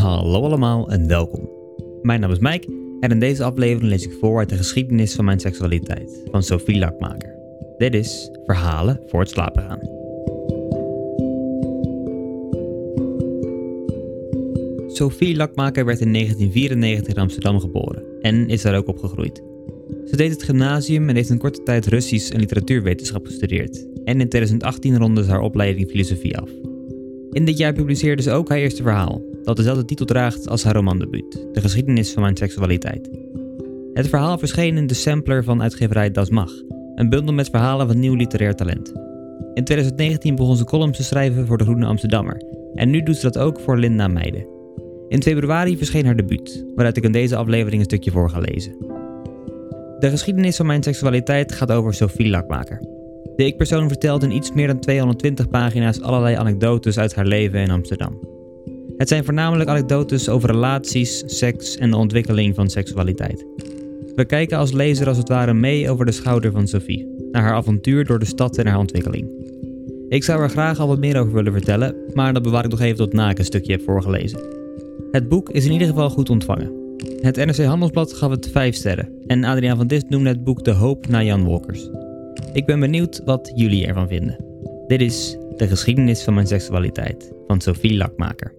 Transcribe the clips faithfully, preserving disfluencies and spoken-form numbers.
Hallo allemaal en welkom. Mijn naam is Mike en in deze aflevering lees ik voor uit de geschiedenis van mijn seksualiteit van Sophie Lakmaker. Dit is Verhalen voor het slapen gaan. Sophie Lakmaker werd in negentien vierennegentig in Amsterdam geboren en is daar ook opgegroeid. Ze deed het gymnasium en heeft een korte tijd Russisch en literatuurwetenschap gestudeerd. En in twintig achttien ronde ze haar opleiding filosofie af. In dit jaar publiceerde ze ook haar eerste verhaal, dat dezelfde titel draagt als haar romandebuut, De geschiedenis van mijn seksualiteit. Het verhaal verscheen in de sampler van uitgeverij Das Mag, een bundel met verhalen van nieuw literair talent. In twintig negentien begon ze columns te schrijven voor de Groene Amsterdammer en nu doet ze dat ook voor Linda Meijden. In februari verscheen haar debuut, waaruit ik in deze aflevering een stukje voor ga lezen. De geschiedenis van mijn seksualiteit gaat over Sophie Lakmaker. De ik-persoon vertelt in iets meer dan tweehonderdtwintig pagina's allerlei anekdotes uit haar leven in Amsterdam. Het zijn voornamelijk anekdotes over relaties, seks en de ontwikkeling van seksualiteit. We kijken als lezer als het ware mee over de schouder van Sophie, naar haar avontuur door de stad en haar ontwikkeling. Ik zou er graag al wat meer over willen vertellen, maar dat bewaar ik nog even tot na ik een stukje heb voorgelezen. Het boek is in ieder geval goed ontvangen. Het N R C Handelsblad gaf het vijf sterren en Adriaan van Dist noemde het boek De Hoop naar Jan Wolkers. Ik ben benieuwd wat jullie ervan vinden. Dit is De geschiedenis van mijn seksualiteit van Sophie Lakmaker.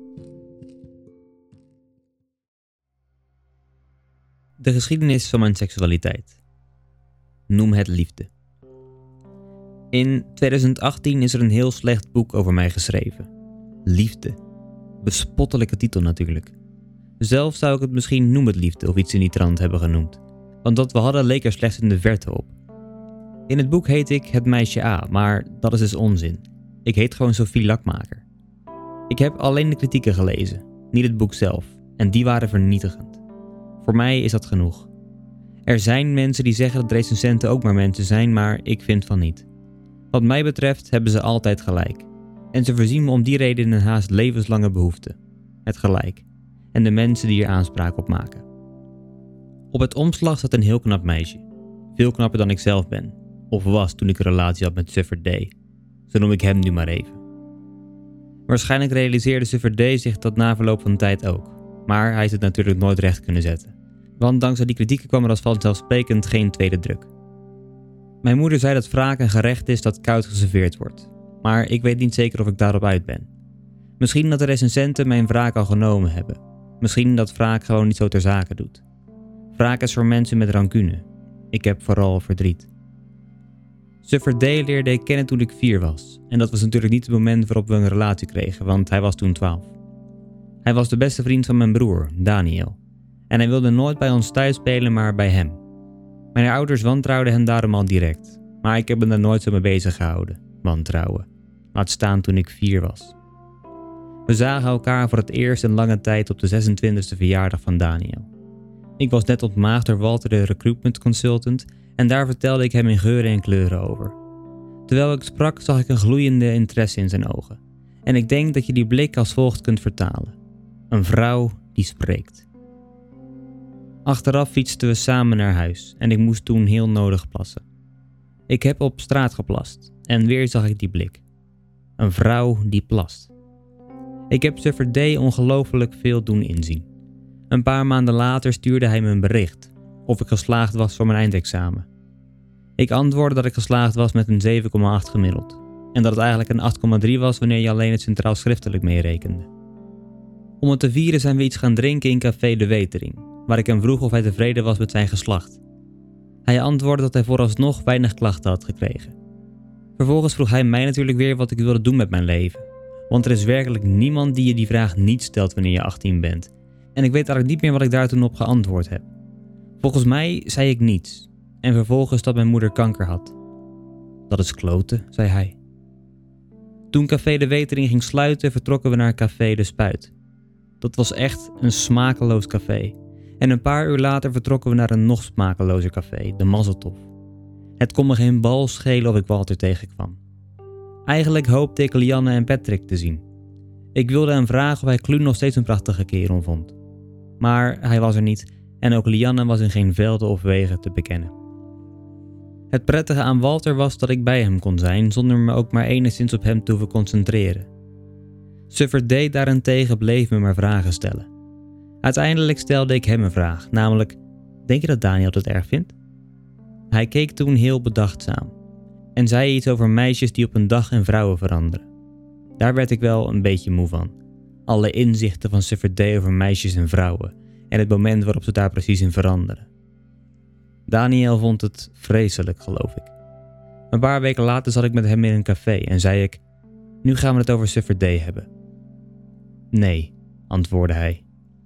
De geschiedenis van mijn seksualiteit. Noem het liefde. In twintig achttien is er een heel slecht boek over mij geschreven. Liefde. Bespottelijke titel natuurlijk. Zelf zou ik het misschien Noem het liefde of iets in die trant hebben genoemd. Want wat we hadden leek er slechts in de verte op. In het boek heet ik Het Meisje A, maar dat is dus onzin. Ik heet gewoon Sophie Lakmaker. Ik heb alleen de kritieken gelezen, niet het boek zelf, en die waren vernietigend. Voor mij is dat genoeg. Er zijn mensen die zeggen dat recensenten ook maar mensen zijn, maar ik vind van niet. Wat mij betreft hebben ze altijd gelijk. En ze voorzien me om die reden in een haast levenslange behoefte. Het gelijk. En de mensen die er aanspraak op maken. Op het omslag staat een heel knap meisje. Veel knapper dan ik zelf ben. Of was toen ik een relatie had met Suffer D. Zo noem ik hem nu maar even. Waarschijnlijk realiseerde Suffer D zich dat na verloop van de tijd ook. Maar hij is het natuurlijk nooit recht kunnen zetten. Want dankzij die kritieken kwam er als vanzelfsprekend geen tweede druk. Mijn moeder zei dat wraak een gerecht is dat koud geserveerd wordt. Maar ik weet niet zeker of ik daarop uit ben. Misschien dat de recensenten mijn wraak al genomen hebben. Misschien dat wraak gewoon niet zo ter zake doet. Wraak is voor mensen met rancune. Ik heb vooral verdriet. Suffer D leerde ik kennen toen ik vier was. En dat was natuurlijk niet het moment waarop we een relatie kregen, want hij was toen twaalf. Hij was de beste vriend van mijn broer, Daniel. En hij wilde nooit bij ons thuis spelen, maar bij hem. Mijn ouders wantrouwden hem daarom al direct. Maar ik heb hem daar nooit zo mee bezig gehouden. Wantrouwen. Laat staan toen ik vier was. We zagen elkaar voor het eerst in lange tijd op de zesentwintigste verjaardag van Daniel. Ik was net ontmaagd door Walter de recruitment consultant en daar vertelde ik hem in geuren en kleuren over. Terwijl ik sprak zag ik een gloeiende interesse in zijn ogen. En ik denk dat je die blik als volgt kunt vertalen. Een vrouw die spreekt. Achteraf fietsten we samen naar huis en ik moest toen heel nodig plassen. Ik heb op straat geplast en weer zag ik die blik. Een vrouw die plast. Ik heb Suffer D ongelooflijk veel doen inzien. Een paar maanden later stuurde hij me een bericht of ik geslaagd was voor mijn eindexamen. Ik antwoordde dat ik geslaagd was met een zeven komma acht gemiddeld en dat het eigenlijk een acht komma drie was wanneer je alleen het centraal schriftelijk meerekende. Om het te vieren zijn we iets gaan drinken in Café de Wetering, waar ik hem vroeg of hij tevreden was met zijn geslacht. Hij antwoordde dat hij vooralsnog weinig klachten had gekregen. Vervolgens vroeg hij mij natuurlijk weer wat ik wilde doen met mijn leven. Want er is werkelijk niemand die je die vraag niet stelt wanneer je achttien bent. En ik weet eigenlijk niet meer wat ik daar toen op geantwoord heb. Volgens mij zei ik niets. En vervolgens dat mijn moeder kanker had. Dat is kloten, zei hij. Toen Café de Wetering ging sluiten, vertrokken we naar Café de Spuit. Dat was echt een smakeloos café. En een paar uur later vertrokken we naar een nog smakelozer café, de Mazzeltof. Het kon me geen bal schelen of ik Walter tegenkwam. Eigenlijk hoopte ik Lianne en Patrick te zien. Ik wilde hem vragen of hij Kluun nog steeds een prachtige kerel vond. Maar hij was er niet en ook Lianne was in geen velden of wegen te bekennen. Het prettige aan Walter was dat ik bij hem kon zijn zonder me ook maar enigszins op hem te hoeven concentreren. Suffer D daarentegen bleef me maar vragen stellen. Uiteindelijk stelde ik hem een vraag, namelijk: denk je dat Daniel het erg vindt? Hij keek toen heel bedachtzaam en zei iets over meisjes die op een dag in vrouwen veranderen. Daar werd ik wel een beetje moe van. Alle inzichten van Suffer D over meisjes en vrouwen en het moment waarop ze daar precies in veranderen. Daniel vond het vreselijk, geloof ik. Een paar weken later zat ik met hem in een café en zei ik: nu gaan we het over Suffer D hebben. Nee, antwoordde hij.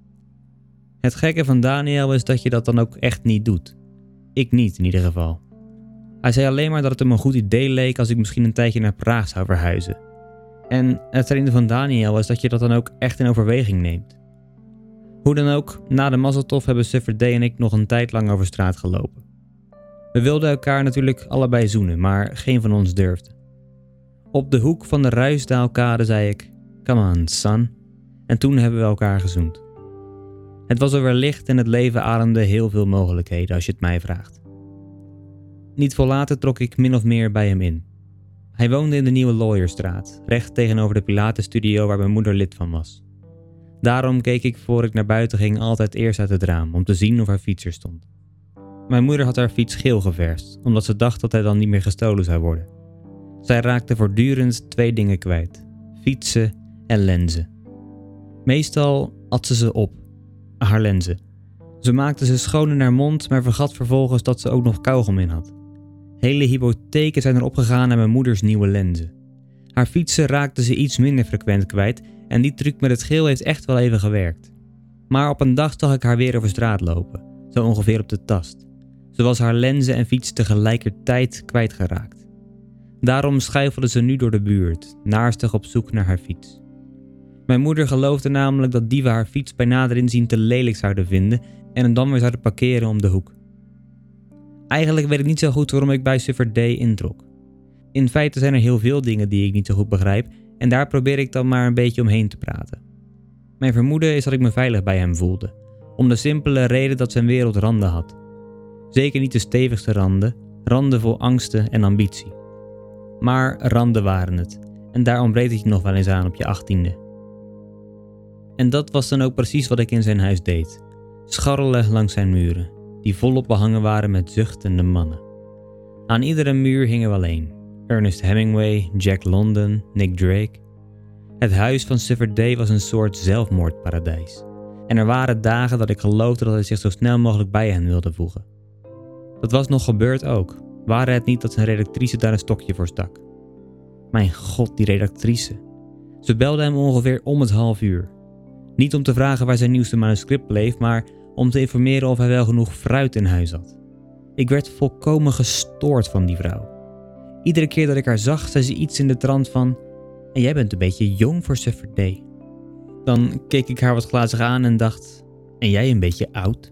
Het gekke van Daniel is dat je dat dan ook echt niet doet. Ik niet in ieder geval. Hij zei alleen maar dat het hem een goed idee leek als ik misschien een tijdje naar Praag zou verhuizen. En het vreemde van Daniel is dat je dat dan ook echt in overweging neemt. Hoe dan ook, na de mazzeltof hebben Suffer D en ik nog een tijd lang over straat gelopen. We wilden elkaar natuurlijk allebei zoenen, maar geen van ons durfde. Op de hoek van de Ruisdaalkade zei ik: come on, son. En toen hebben we elkaar gezoend. Het was alweer licht en het leven ademde heel veel mogelijkheden als je het mij vraagt. Niet veel later trok ik min of meer bij hem in. Hij woonde in de Nieuwe Lawyerstraat, recht tegenover de Pilatenstudio waar mijn moeder lid van was. Daarom keek ik voor ik naar buiten ging altijd eerst uit het raam om te zien of haar fiets er stond. Mijn moeder had haar fiets geel geverfd, omdat ze dacht dat hij dan niet meer gestolen zou worden. Zij raakte voortdurend twee dingen kwijt: fietsen en lenzen. Meestal at ze ze op, haar lenzen. Ze maakte ze schoon in haar mond, maar vergat vervolgens dat ze ook nog kauwgom in had. Hele hypotheken zijn erop gegaan naar mijn moeders nieuwe lenzen. Haar fietsen raakte ze iets minder frequent kwijt en die truc met het geel heeft echt wel even gewerkt. Maar op een dag zag ik haar weer over straat lopen, zo ongeveer op de tast. Ze was haar lenzen en fiets tegelijkertijd kwijtgeraakt. Daarom schuifelde ze nu door de buurt, naarstig op zoek naar haar fiets. Mijn moeder geloofde namelijk dat dieven haar fiets bij nader inzien te lelijk zouden vinden en hem dan weer zouden parkeren om de hoek. Eigenlijk weet ik niet zo goed waarom ik bij Suffer D introk. In feite zijn er heel veel dingen die ik niet zo goed begrijp en daar probeer ik dan maar een beetje omheen te praten. Mijn vermoeden is dat ik me veilig bij hem voelde, om de simpele reden dat zijn wereld randen had. Zeker niet de stevigste randen, randen vol angsten en ambitie. Maar randen waren het, en daar ontbreekt het je nog wel eens aan op je achttiende. En dat was dan ook precies wat ik in zijn huis deed. Scharrelen langs zijn muren, die volop behangen waren met zuchtende mannen. Aan iedere muur hingen wel één: Ernest Hemingway, Jack London, Nick Drake. Het huis van Suffer D was een soort zelfmoordparadijs. En er waren dagen dat ik geloofde dat hij zich zo snel mogelijk bij hen wilde voegen. Dat was nog gebeurd ook, waren het niet dat zijn redactrice daar een stokje voor stak. Mijn god, die redactrice. Ze belde hem ongeveer om het half uur. Niet om te vragen waar zijn nieuwste manuscript bleef, maar om te informeren of hij wel genoeg fruit in huis had. Ik werd volkomen gestoord van die vrouw. Iedere keer dat ik haar zag, zei ze iets in de trant van: en jij bent een beetje jong voor Suffer D. Dan keek ik haar wat glazig aan en dacht: en jij een beetje oud?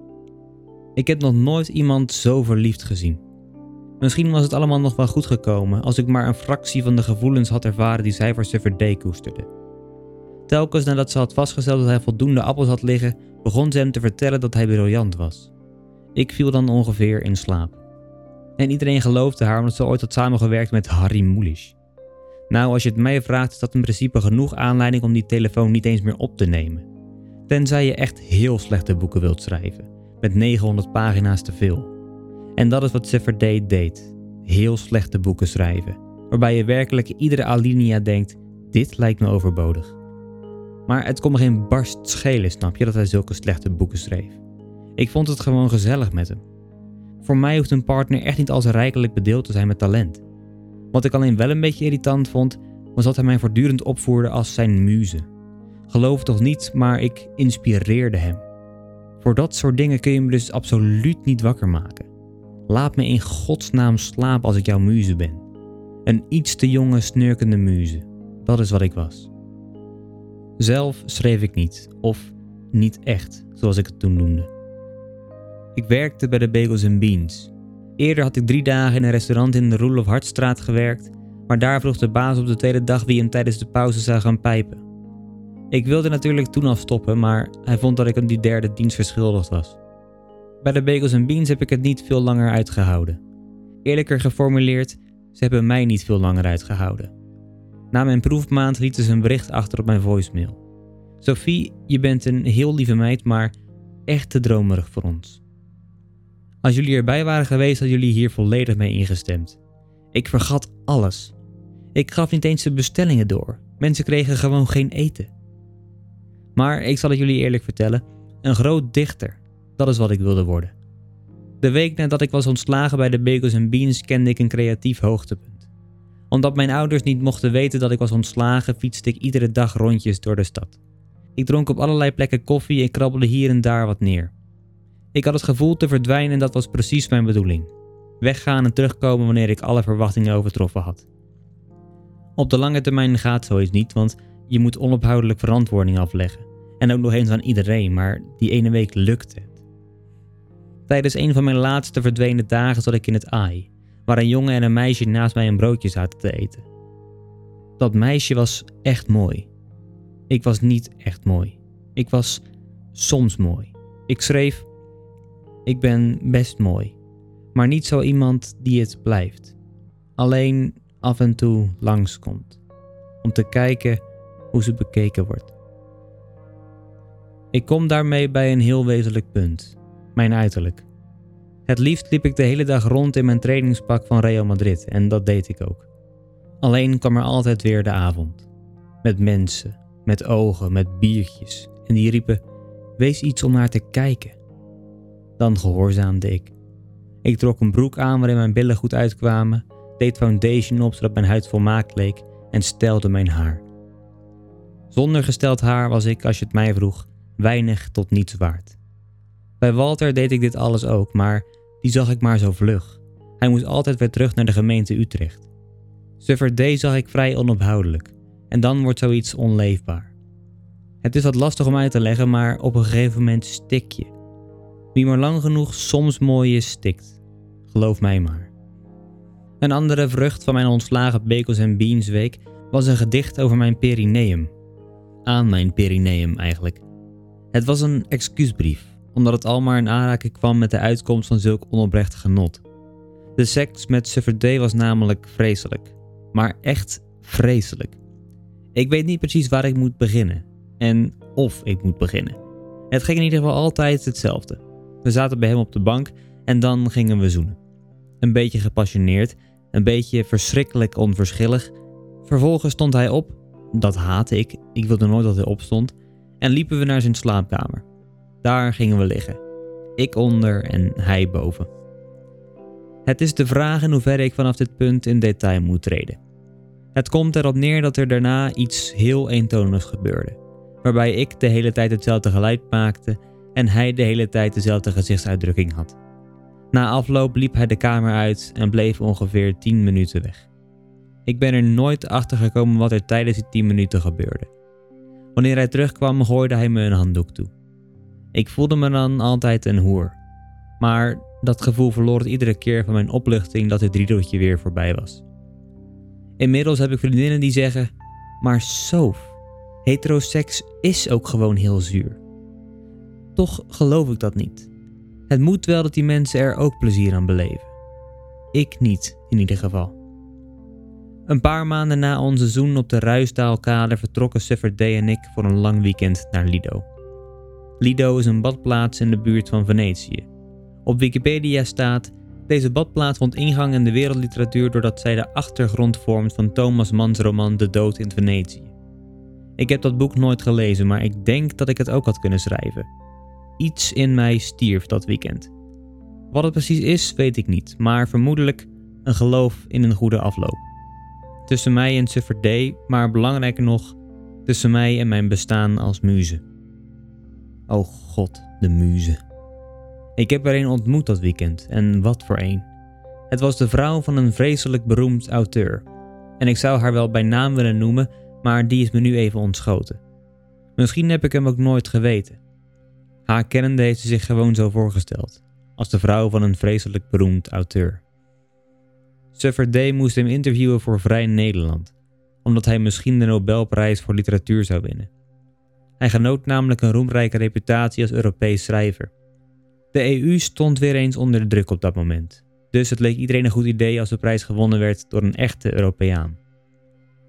Ik heb nog nooit iemand zo verliefd gezien. Misschien was het allemaal nog wel goed gekomen als ik maar een fractie van de gevoelens had ervaren die zij voor Suffer D koesterde. Telkens nadat ze had vastgesteld dat hij voldoende appels had liggen, begon ze hem te vertellen dat hij briljant was. Ik viel dan ongeveer in slaap. En iedereen geloofde haar omdat ze ooit had samengewerkt met Harry Mulisch. Nou, als je het mij vraagt, is dat in principe genoeg aanleiding om die telefoon niet eens meer op te nemen. Tenzij je echt heel slechte boeken wilt schrijven, met negenhonderd pagina's te veel. En dat is wat Suffer D deed. Heel slechte boeken schrijven, waarbij je werkelijk iedere alinea denkt: dit lijkt me overbodig. Maar het kon me geen barst schelen, snap je, dat hij zulke slechte boeken schreef. Ik vond het gewoon gezellig met hem. Voor mij hoeft een partner echt niet als rijkelijk bedeeld te zijn met talent. Wat ik alleen wel een beetje irritant vond, was dat hij mij voortdurend opvoerde als zijn muze. Geloof toch niet, maar ik inspireerde hem. Voor dat soort dingen kun je me dus absoluut niet wakker maken. Laat me in godsnaam slapen als ik jouw muze ben. Een iets te jonge, snurkende muze. Dat is wat ik was. Zelf schreef ik niet, of niet echt, zoals ik het toen noemde. Ik werkte bij de Bagels and Beans. Eerder had ik drie dagen in een restaurant in de Roelof Hartstraat gewerkt, maar daar vroeg de baas op de tweede dag wie hem tijdens de pauze zou gaan pijpen. Ik wilde natuurlijk toen al stoppen, maar hij vond dat ik hem die derde dienst verschuldigd was. Bij de Bagels and Beans heb ik het niet veel langer uitgehouden. Eerlijker geformuleerd, ze hebben mij niet veel langer uitgehouden. Na mijn proefmaand lieten ze een bericht achter op mijn voicemail. Sophie, je bent een heel lieve meid, maar echt te dromerig voor ons. Als jullie erbij waren geweest, hadden jullie hier volledig mee ingestemd. Ik vergat alles. Ik gaf niet eens de bestellingen door. Mensen kregen gewoon geen eten. Maar ik zal het jullie eerlijk vertellen, een groot dichter, dat is wat ik wilde worden. De week nadat ik was ontslagen bij de Bagels and Beans kende ik een creatief hoogtepunt. Omdat mijn ouders niet mochten weten dat ik was ontslagen, fietste ik iedere dag rondjes door de stad. Ik dronk op allerlei plekken koffie en krabbelde hier en daar wat neer. Ik had het gevoel te verdwijnen en dat was precies mijn bedoeling. Weggaan en terugkomen wanneer ik alle verwachtingen overtroffen had. Op de lange termijn gaat zoiets niet, want je moet onophoudelijk verantwoording afleggen. En ook nog eens aan iedereen, maar die ene week lukte het. Tijdens een van mijn laatste verdwenen dagen zat ik in het A I, waar een jongen en een meisje naast mij een broodje zaten te eten. Dat meisje was echt mooi. Ik was niet echt mooi. Ik was soms mooi. Ik schreef, ik ben best mooi, maar niet zo iemand die het blijft. Alleen af en toe langskomt, om te kijken hoe ze bekeken wordt. Ik kom daarmee bij een heel wezenlijk punt, mijn uiterlijk. Het liefst liep ik de hele dag rond in mijn trainingspak van Real Madrid en dat deed ik ook. Alleen kwam er altijd weer de avond. Met mensen, met ogen, met biertjes en die riepen, wees iets om naar te kijken. Dan gehoorzaamde ik. Ik trok een broek aan waarin mijn billen goed uitkwamen, deed foundation op zodat mijn huid volmaakt leek en stelde mijn haar. Zonder gesteld haar was ik, als je het mij vroeg, weinig tot niets waard. Bij Walter deed ik dit alles ook, maar die zag ik maar zo vlug. Hij moest altijd weer terug naar de gemeente Utrecht. Suffer D zag ik vrij onophoudelijk en dan wordt zoiets onleefbaar. Het is wat lastig om uit te leggen, maar op een gegeven moment stik je. Wie maar lang genoeg soms mooi is, stikt. Geloof mij maar. Een andere vrucht van mijn ontslagen Bagels and Beans week was een gedicht over mijn perineum. Aan mijn perineum eigenlijk. Het was een excuusbrief, omdat het al maar in aanraking kwam met de uitkomst van zulk onoprecht genot. De seks met Suffer D was namelijk vreselijk. Maar echt vreselijk. Ik weet niet precies waar ik moet beginnen. En of ik moet beginnen. Het ging in ieder geval altijd hetzelfde. We zaten bij hem op de bank en dan gingen we zoenen. Een beetje gepassioneerd, een beetje verschrikkelijk onverschillig. Vervolgens stond hij op, dat haatte ik, ik wilde nooit dat hij opstond, en liepen we naar zijn slaapkamer. Daar gingen we liggen. Ik onder en hij boven. Het is de vraag in hoeverre ik vanaf dit punt in detail moet treden. Het komt erop neer dat er daarna iets heel eentonigs gebeurde, waarbij ik de hele tijd hetzelfde geluid maakte en hij de hele tijd dezelfde gezichtsuitdrukking had. Na afloop liep hij de kamer uit en bleef ongeveer tien minuten weg. Ik ben er nooit achter gekomen wat er tijdens die tien minuten gebeurde. Wanneer hij terugkwam, gooide hij me een handdoek toe. Ik voelde me dan altijd een hoer. Maar dat gevoel verloor het iedere keer van mijn opluchting dat dit riedeltje weer voorbij was. Inmiddels heb ik vriendinnen die zeggen, maar Sof, heteroseks is ook gewoon heel zuur. Toch geloof ik dat niet. Het moet wel dat die mensen er ook plezier aan beleven. Ik niet, in ieder geval. Een paar maanden na onze zoen op de Ruisdaalkade vertrokken Suffer D en ik voor een lang weekend naar Lido. Lido is een badplaats in de buurt van Venetië. Op Wikipedia staat, deze badplaats vond ingang in de wereldliteratuur doordat zij de achtergrond vormt van Thomas Manns roman De Dood in Venetië. Ik heb dat boek nooit gelezen, maar ik denk dat ik het ook had kunnen schrijven. Iets in mij stierf dat weekend. Wat het precies is, weet ik niet, maar vermoedelijk een geloof in een goede afloop. Tussen mij en Suffer D, maar belangrijker nog, tussen mij en mijn bestaan als muze. Oh god, de muze. Ik heb er een ontmoet dat weekend, en wat voor een. Het was de vrouw van een vreselijk beroemd auteur. En ik zou haar wel bij naam willen noemen, maar die is me nu even ontschoten. Misschien heb ik hem ook nooit geweten. Haar kennende heeft ze zich gewoon zo voorgesteld, als de vrouw van een vreselijk beroemd auteur. Suffer D moest hem interviewen voor Vrij Nederland, omdat hij misschien de Nobelprijs voor literatuur zou winnen. Hij genoot namelijk een roemrijke reputatie als Europees schrijver. De E U stond weer eens onder de druk op dat moment, dus het leek iedereen een goed idee als de prijs gewonnen werd door een echte Europeaan.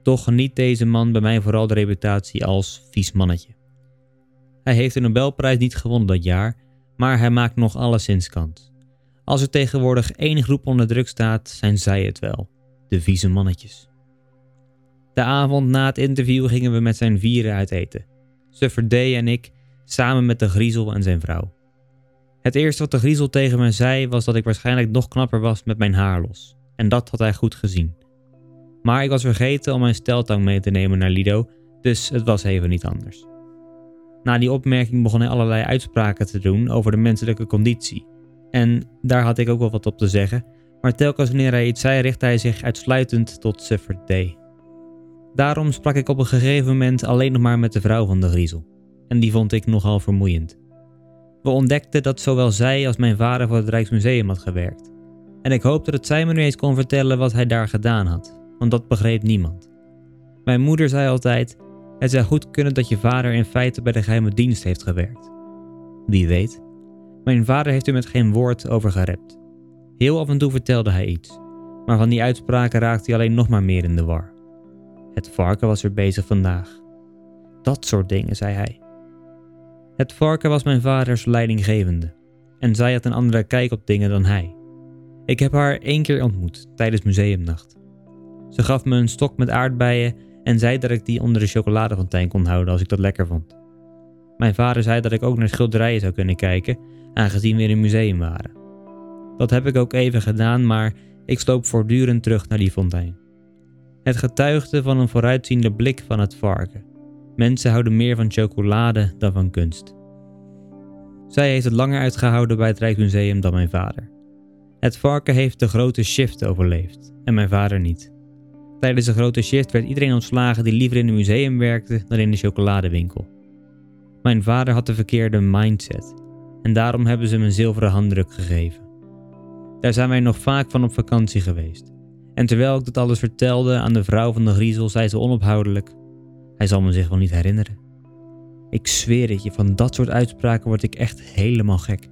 toch geniet deze man bij mij vooral de reputatie als vies mannetje. Hij heeft de Nobelprijs niet gewonnen dat jaar, maar hij maakt nog alleszins kans. Als er tegenwoordig één groep onder druk staat, zijn zij het wel, de vieze mannetjes. De avond na het interview gingen we met zijn vieren uit eten. Suffer Day en ik, samen met de griezel en zijn vrouw. Het eerste wat de griezel tegen me zei was dat ik waarschijnlijk nog knapper was met mijn haar los. En dat had hij goed gezien. Maar ik was vergeten om mijn steltang mee te nemen naar Lido, dus het was even niet anders. Na die opmerking begon hij allerlei uitspraken te doen over de menselijke conditie. En daar had ik ook wel wat op te zeggen, maar telkens wanneer hij iets zei richtte hij zich uitsluitend tot Suffer Day. Daarom sprak ik op een gegeven moment alleen nog maar met de vrouw van de griezel. En die vond ik nogal vermoeiend. We ontdekten dat zowel zij als mijn vader voor het Rijksmuseum had gewerkt. En ik hoopte dat zij me nu eens kon vertellen wat hij daar gedaan had, want dat begreep niemand. Mijn moeder zei altijd, het zou goed kunnen dat je vader in feite bij de geheime dienst heeft gewerkt. Wie weet. Mijn vader heeft er met geen woord over gerept. Heel af en toe vertelde hij iets, maar van die uitspraken raakte hij alleen nog maar meer in de war. Het varken was weer bezig vandaag. Dat soort dingen, zei hij. Het varken was mijn vaders leidinggevende en zij had een andere kijk op dingen dan hij. Ik heb haar één keer ontmoet tijdens museumnacht. Ze gaf me een stok met aardbeien en zei dat ik die onder de chocoladefontein kon houden als ik dat lekker vond. Mijn vader zei dat ik ook naar schilderijen zou kunnen kijken, aangezien we in een museum waren. Dat heb ik ook even gedaan, maar ik sloop voortdurend terug naar die fontein. Het getuigde van een vooruitziende blik van het varken. Mensen houden meer van chocolade dan van kunst. Zij heeft het langer uitgehouden bij het Rijksmuseum dan mijn vader. Het varken heeft de grote shift overleefd en mijn vader niet. Tijdens de grote shift werd iedereen ontslagen die liever in een museum werkte dan in de chocoladewinkel. Mijn vader had de verkeerde mindset en daarom hebben ze hem een zilveren handdruk gegeven. Daar zijn wij nog vaak van op vakantie geweest. En terwijl ik dat alles vertelde aan de vrouw van de griezel, zei ze onophoudelijk, hij zal me zich wel niet herinneren. Ik zweer het je, van dat soort uitspraken word ik echt helemaal gek.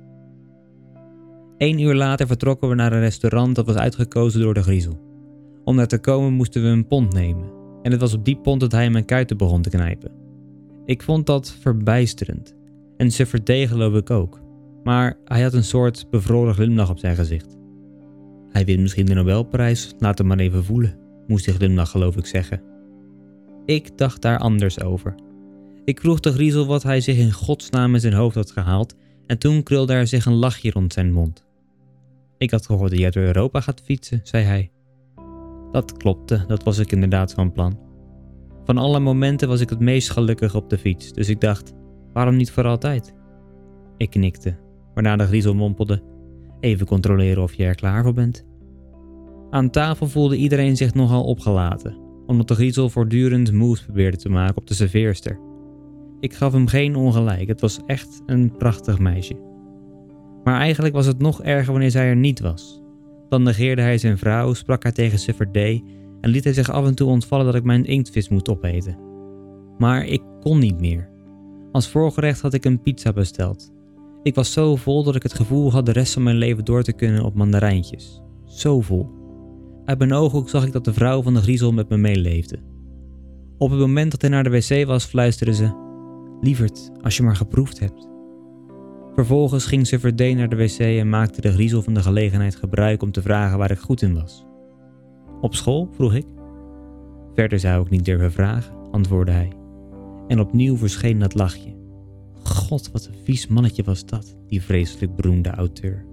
Eén uur later vertrokken we naar een restaurant dat was uitgekozen door de griezel. Om daar te komen moesten we een pond nemen. En het was op die pond dat hij in mijn kuiten begon te knijpen. Ik vond dat verbijsterend. En Suffer Day geloof ik ook. Maar hij had een soort bevroren glimlach op zijn gezicht. Hij wint misschien de Nobelprijs, laat hem maar even voelen, moest die glimlach geloof ik zeggen. Ik dacht daar anders over. Ik vroeg de griezel wat hij zich in godsnaam in zijn hoofd had gehaald en toen krulde er zich een lachje rond zijn mond. Ik had gehoord dat jij door Europa gaat fietsen, zei hij. Dat klopte, dat was ik inderdaad van plan. Van alle momenten was ik het meest gelukkig op de fiets, dus ik dacht, waarom niet voor altijd? Ik knikte, waarna de griezel mompelde, even controleren of je er klaar voor bent. Aan tafel voelde iedereen zich nogal opgelaten, omdat de griezel voortdurend moves probeerde te maken op de serveerster. Ik gaf hem geen ongelijk, het was echt een prachtig meisje. Maar eigenlijk was het nog erger wanneer zij er niet was. Dan negeerde hij zijn vrouw, sprak hij tegen Suffer Day en liet hij zich af en toe ontvallen dat ik mijn inktvis moest opeten. Maar ik kon niet meer. Als voorgerecht had ik een pizza besteld. Ik was zo vol dat ik het gevoel had de rest van mijn leven door te kunnen op mandarijntjes. Zo vol. Uit mijn ooghoek zag ik dat de vrouw van de griezel met me meeleefde. Op het moment dat hij naar de wc was, fluisterde ze, lieverd, als je maar geproefd hebt. Vervolgens ging Suffer Day naar de wc en maakte de griezel van de gelegenheid gebruik om te vragen waar ik goed in was. Op school? Vroeg ik. Verder zou ik niet durven vragen, antwoordde hij. En opnieuw verscheen dat lachje. God, wat een vies mannetje was dat, die vreselijk beroemde auteur.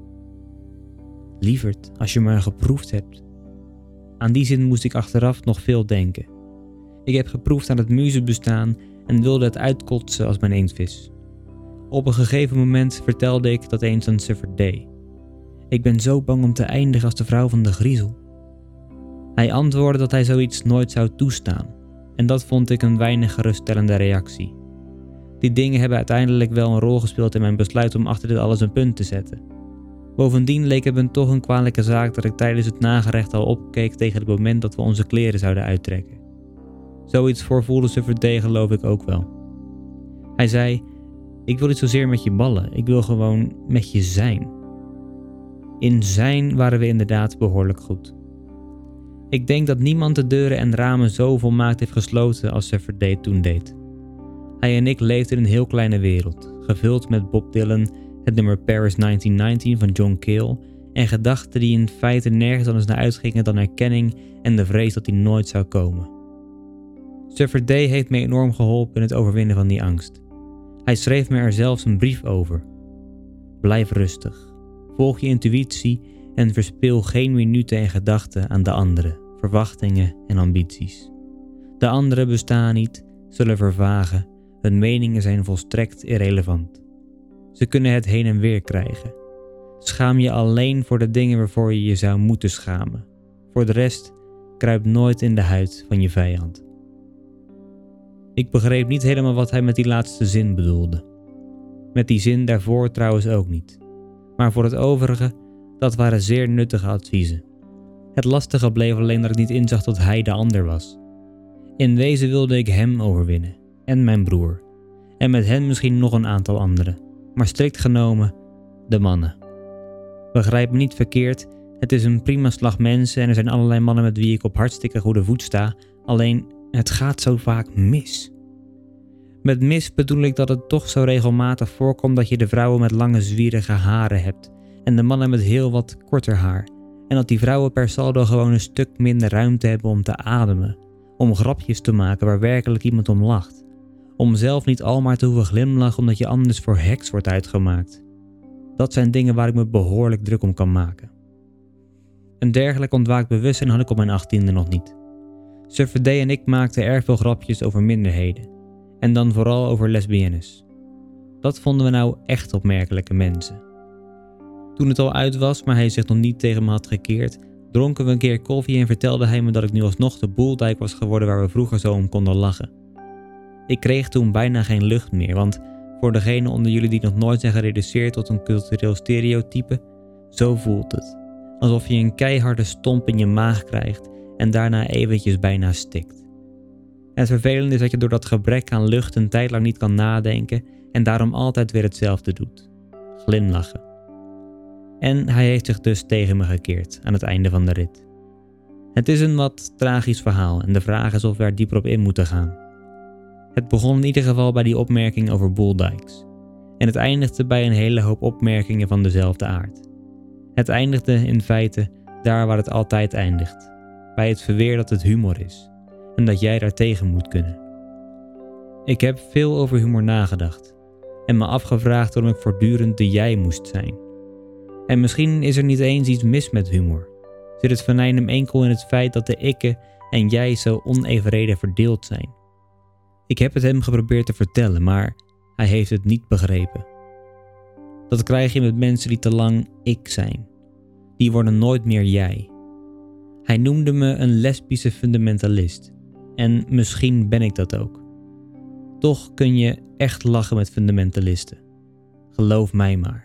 Lieverd, als je maar geproefd hebt. Aan die zin moest ik achteraf nog veel denken. Ik heb geproefd aan het muzenbestaan en wilde het uitkotsen als mijn inktvis. Op een gegeven moment vertelde ik dat eens aan Suffer Day. Ik ben zo bang om te eindigen als de vrouw van de griezel. Hij antwoordde dat hij zoiets nooit zou toestaan. En dat vond ik een weinig geruststellende reactie. Die dingen hebben uiteindelijk wel een rol gespeeld in mijn besluit om achter dit alles een punt te zetten. Bovendien leek het me toch een kwalijke zaak dat ik tijdens het nagerecht al opkeek tegen het moment dat we onze kleren zouden uittrekken. Zoiets voorvoelde Suffer Day geloof ik ook wel. Hij zei, ik wil niet zozeer met je ballen, ik wil gewoon met je zijn. In zijn waren we inderdaad behoorlijk goed. Ik denk dat niemand de deuren en ramen zo volmaakt heeft gesloten als Suffer Day toen deed. Hij en ik leefden in een heel kleine wereld, gevuld met Bob Dylan, het nummer Paris negentien negentien van John Cale en gedachten die in feite nergens anders naar uitgingen dan erkenning en de vrees dat die nooit zou komen. Suffer Day heeft me enorm geholpen in het overwinnen van die angst. Hij schreef me er zelfs een brief over. Blijf rustig, volg je intuïtie en verspil geen minuten en gedachten aan de anderen, verwachtingen en ambities. De anderen bestaan niet, zullen vervagen, hun meningen zijn volstrekt irrelevant. Ze kunnen het heen en weer krijgen. Schaam je alleen voor de dingen waarvoor je je zou moeten schamen. Voor de rest, kruip nooit in de huid van je vijand. Ik begreep niet helemaal wat hij met die laatste zin bedoelde. Met die zin daarvoor trouwens ook niet. Maar voor het overige, dat waren zeer nuttige adviezen. Het lastige bleef alleen dat ik niet inzag dat hij de ander was. In wezen wilde ik hem overwinnen, en mijn broer. En met hen misschien nog een aantal anderen. Maar strikt genomen, de mannen. Begrijp me niet verkeerd, het is een prima slag mensen en er zijn allerlei mannen met wie ik op hartstikke goede voet sta, alleen het gaat zo vaak mis. Met mis bedoel ik dat het toch zo regelmatig voorkomt dat je de vrouwen met lange zwierige haren hebt en de mannen met heel wat korter haar. En dat die vrouwen per saldo gewoon een stuk minder ruimte hebben om te ademen, om grapjes te maken waar werkelijk iemand om lacht. Om zelf niet al maar te hoeven glimlachen omdat je anders voor heks wordt uitgemaakt. Dat zijn dingen waar ik me behoorlijk druk om kan maken. Een dergelijk ontwaakt bewustzijn had ik op mijn achttiende nog niet. Suffer Day en ik maakten erg veel grapjes over minderheden. En dan vooral over lesbiennes. Dat vonden we nou echt opmerkelijke mensen. Toen het al uit was, maar hij zich nog niet tegen me had gekeerd, dronken we een keer koffie en vertelde hij me dat ik nu alsnog de boeldijk was geworden waar we vroeger zo om konden lachen. Ik kreeg toen bijna geen lucht meer, want voor degenen onder jullie die nog nooit zijn gereduceerd tot een cultureel stereotype, zo voelt het. Alsof je een keiharde stomp in je maag krijgt en daarna eventjes bijna stikt. Het vervelende is dat je door dat gebrek aan lucht een tijd lang niet kan nadenken en daarom altijd weer hetzelfde doet. Glimlachen. En hij heeft zich dus tegen me gekeerd aan het einde van de rit. Het is een wat tragisch verhaal en de vraag is of we er dieper op in moeten gaan. Het begon in ieder geval bij die opmerking over buldikes. En het eindigde bij een hele hoop opmerkingen van dezelfde aard. Het eindigde in feite daar waar het altijd eindigt. Bij het verweer dat het humor is. En dat jij daar tegen moet kunnen. Ik heb veel over humor nagedacht. En me afgevraagd waarom ik voortdurend de jij moest zijn. En misschien is er niet eens iets mis met humor. Zit het venijn hem enkel in het feit dat de ikke en jij zo onevenredig verdeeld zijn. Ik heb het hem geprobeerd te vertellen, maar hij heeft het niet begrepen. Dat krijg je met mensen die te lang ik zijn. Die worden nooit meer jij. Hij noemde me een lesbische fundamentalist. En misschien ben ik dat ook. Toch kun je echt lachen met fundamentalisten. Geloof mij maar.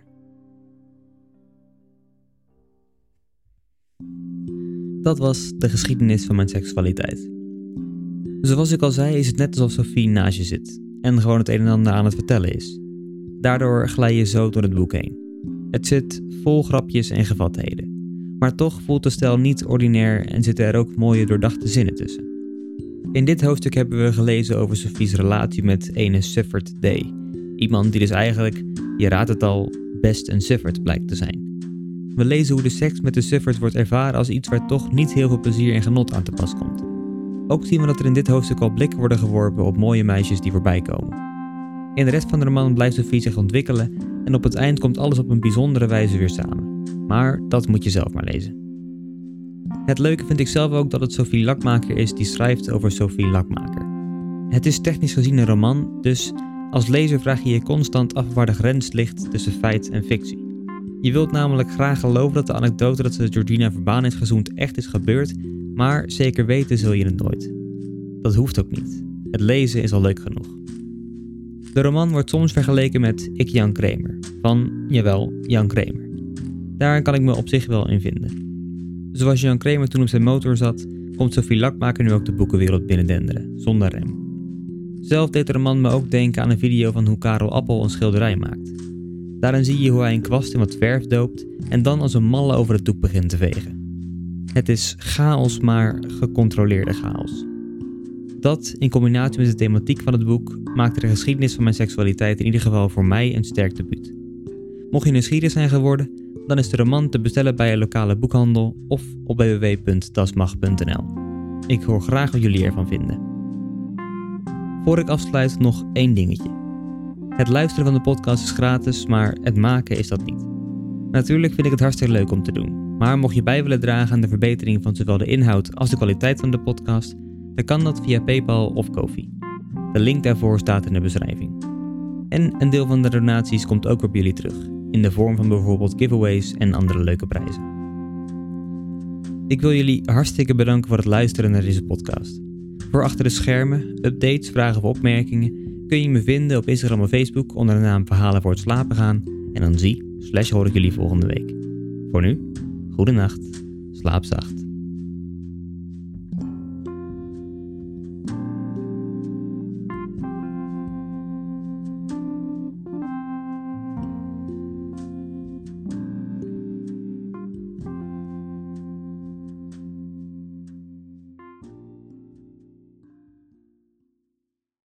Dat was de geschiedenis van mijn seksualiteit. Zoals ik al zei is het net alsof Sophie naast je zit en gewoon het een en ander aan het vertellen is. Daardoor glij je zo door het boek heen. Het zit vol grapjes en gevatheden. Maar toch voelt de stijl niet ordinair en zitten er ook mooie doordachte zinnen tussen. In dit hoofdstuk hebben we gelezen over Sophie's relatie met ene Suffer Day. Iemand die dus eigenlijk, je raadt het al, best een sufferd blijkt te zijn. We lezen hoe de seks met de sufferd wordt ervaren als iets waar toch niet heel veel plezier en genot aan te pas komt. Ook zien we dat er in dit hoofdstuk al blikken worden geworpen op mooie meisjes die voorbij komen. In de rest van de roman blijft Sophie zich ontwikkelen en op het eind komt alles op een bijzondere wijze weer samen. Maar dat moet je zelf maar lezen. Het leuke vind ik zelf ook dat het Sophie Lakmaker is die schrijft over Sophie Lakmaker. Het is technisch gezien een roman, dus als lezer vraag je je constant af waar de grens ligt tussen feit en fictie. Je wilt namelijk graag geloven dat de anekdote dat ze Georgina Verbaan is gezoend echt is gebeurd, maar zeker weten zul je het nooit. Dat hoeft ook niet. Het lezen is al leuk genoeg. De roman wordt soms vergeleken met Ik Jan Kramer, van, jawel, Jan Kramer. Daar kan ik me op zich wel in vinden. Zoals Jan Kramer toen op zijn motor zat, komt Sophie Lakmaker nu ook de boekenwereld binnendenderen, zonder rem. Zelf deed de roman me ook denken aan een video van hoe Karel Appel een schilderij maakt. Daarin zie je hoe hij een kwast in wat verf doopt en dan als een malle over het doek begint te vegen. Het is chaos, maar gecontroleerde chaos. Dat, in combinatie met de thematiek van het boek, maakte de geschiedenis van mijn seksualiteit in ieder geval voor mij een sterk debuut. Mocht je nieuwsgierig zijn geworden, dan is de roman te bestellen bij een lokale boekhandel of op w w w punt dasmag punt n l. Ik hoor graag wat jullie ervan vinden. Voor ik afsluit nog één dingetje. Het luisteren van de podcast is gratis, maar het maken is dat niet. Natuurlijk vind ik het hartstikke leuk om te doen, maar mocht je bij willen dragen aan de verbetering van zowel de inhoud als de kwaliteit van de podcast, dan kan dat via PayPal of Ko-fi. De link daarvoor staat in de beschrijving. En een deel van de donaties komt ook op jullie terug, in de vorm van bijvoorbeeld giveaways en andere leuke prijzen. Ik wil jullie hartstikke bedanken voor het luisteren naar deze podcast. Voor achter de schermen, updates, vragen of opmerkingen kun je me vinden op Instagram of Facebook onder de naam Verhalen voor het slapen gaan en dan zie slash hoor ik jullie volgende week. Voor nu, goedenacht, slaap zacht.